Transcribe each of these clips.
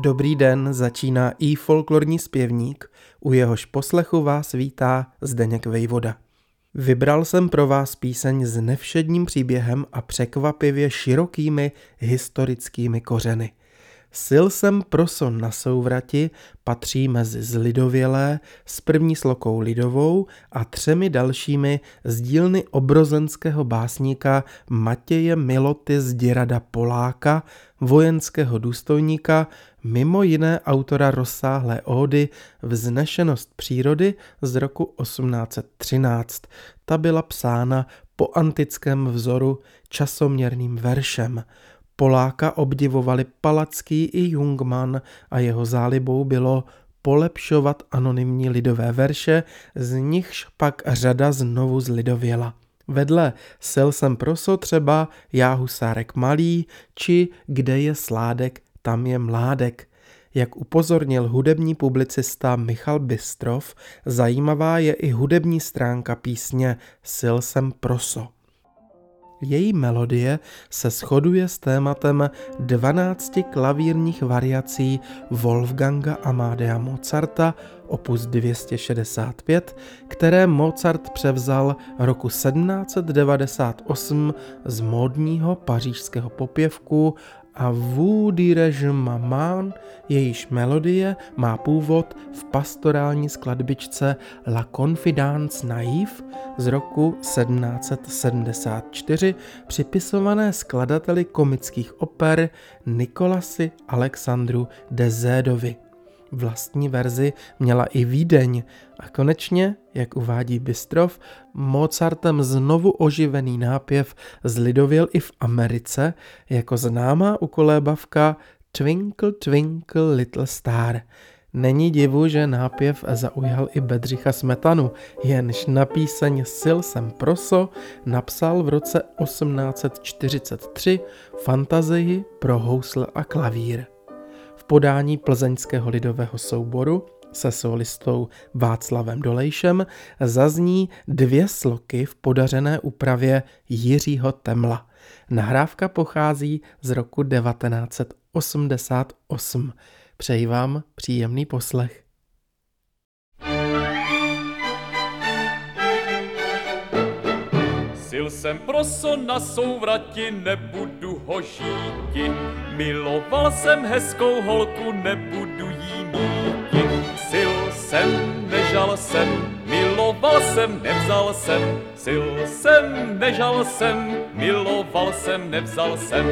Dobrý den, začíná i folklorní zpěvník, u jehož poslechu vás vítá Zdeněk Vejvoda. Vybral jsem pro vás píseň s nevšedním příběhem a překvapivě širokými historickými kořeny. Sil jsem proso na souvrati patří mezi zlidovělé s první slokou lidovou a 3 dalšími z dílny obrozenského básníka Matěje Miloty Zdirada Poláka, vojenského důstojníka, mimo jiné autora rozsáhlé ódy Vznešenost přírody z roku 1813. Ta byla psána po antickém vzoru časoměrným veršem. Poláka obdivovali Palacký i Jungmann a jeho zálibou bylo polepšovat anonymní lidové verše, z nichž pak řada znovu zlidověla. Vedle Sil jsem proso třeba Já husárek malý či Kde je sládek, tam je mládek. Jak upozornil hudební publicista Michal Bystrov, zajímavá je i hudební stránka písně Sil jsem proso. Její melodie se shoduje s tématem 12 klavírních variací Wolfganga Amadea Mozarta opus 265, které Mozart převzal roku 1798 z módního pařížského popěvku a Vous dirai-je maman, jejíž melodie má původ v pastorální skladbičce La Confidence naïve z roku 1774, připisované skladateli komických oper Nikolasi Alexandru de Zédovi. Vlastní verzi měla i Vídeň a konečně, jak uvádí Bystrov, Mozartem znovu oživený nápěv zlidověl i v Americe jako známá ukolébavka Twinkle Twinkle Little Star. Není divu, že nápěv zaujal i Bedřicha Smetanu, jenž na píseň Sil jsem proso napsal v roce 1843 fantazii pro housle a klavír. V podání plzeňského lidového souboru se solistou Václavem Dolejšem zazní 2 sloky v podařené úpravě Jiřího Temla. Nahrávka pochází z roku 1988. Přeji vám příjemný poslech. Sil jsem proso na souvrati, nebudu ho žíti. Miloval jsem hezkou holku, nebudu jí míti. Sil jsem, nežal jsem, miloval jsem, nevzal jsem. Sil jsem, nežal jsem, miloval jsem, nevzal jsem.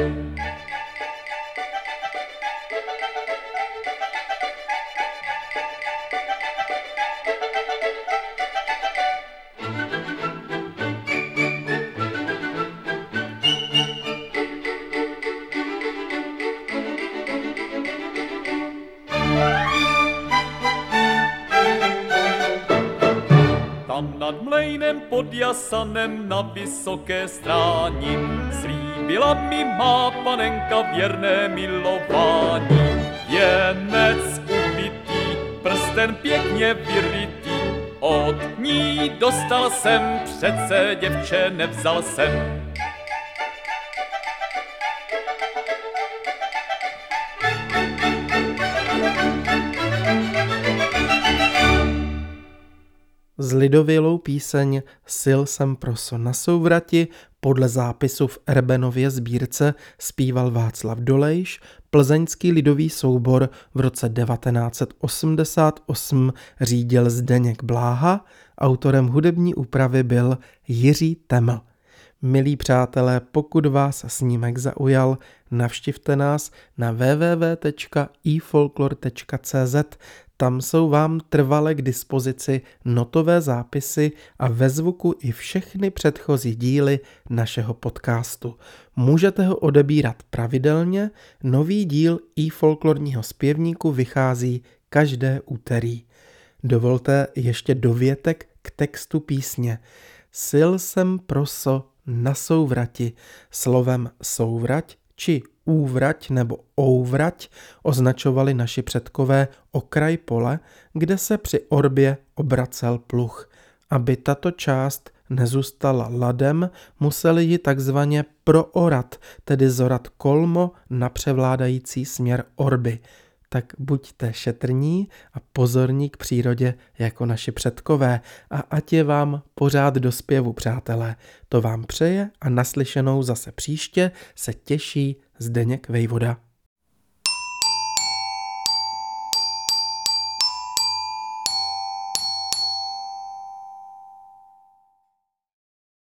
Tam nad mlejnem pod Jasanem na vysoké stráni slíbila mi má panenka věrné milování. Věnec ubitý, prsten pěkně vyrytý, od ní dostal jsem, přece děvče nevzal jsem. Zlidovělou píseň Sil jsem proso na souvrati podle zápisu v Erbenově sbírce zpíval Václav Dolejš, plzeňský lidový soubor v roce 1988 řídil Zdeněk Bláha, autorem hudební úpravy byl Jiří Teml. Milí přátelé, pokud vás snímek zaujal, navštivte nás na www.ifolklor.cz. Tam jsou vám trvale k dispozici notové zápisy a ve zvuku i všechny předchozí díly našeho podcastu. Můžete ho odebírat pravidelně, nový díl ifolklorního zpěvníku vychází každé úterý. Dovolte ještě dovětek k textu písně. Sil jsem proso na souvrati, slovem souvrať či úvrať nebo ouvrať označovali naši předkové okraj pole, kde se při orbě obracel pluh. Aby tato část nezůstala ladem, museli ji takzvaně proorat, tedy zorat kolmo na převládající směr orby. tak buďte šetrní a pozorní k přírodě jako naši předkové a ať je vám pořád do zpěvu, přátelé. To vám přeje a naslyšenou zase příště se těší Zdeněk Vejvoda.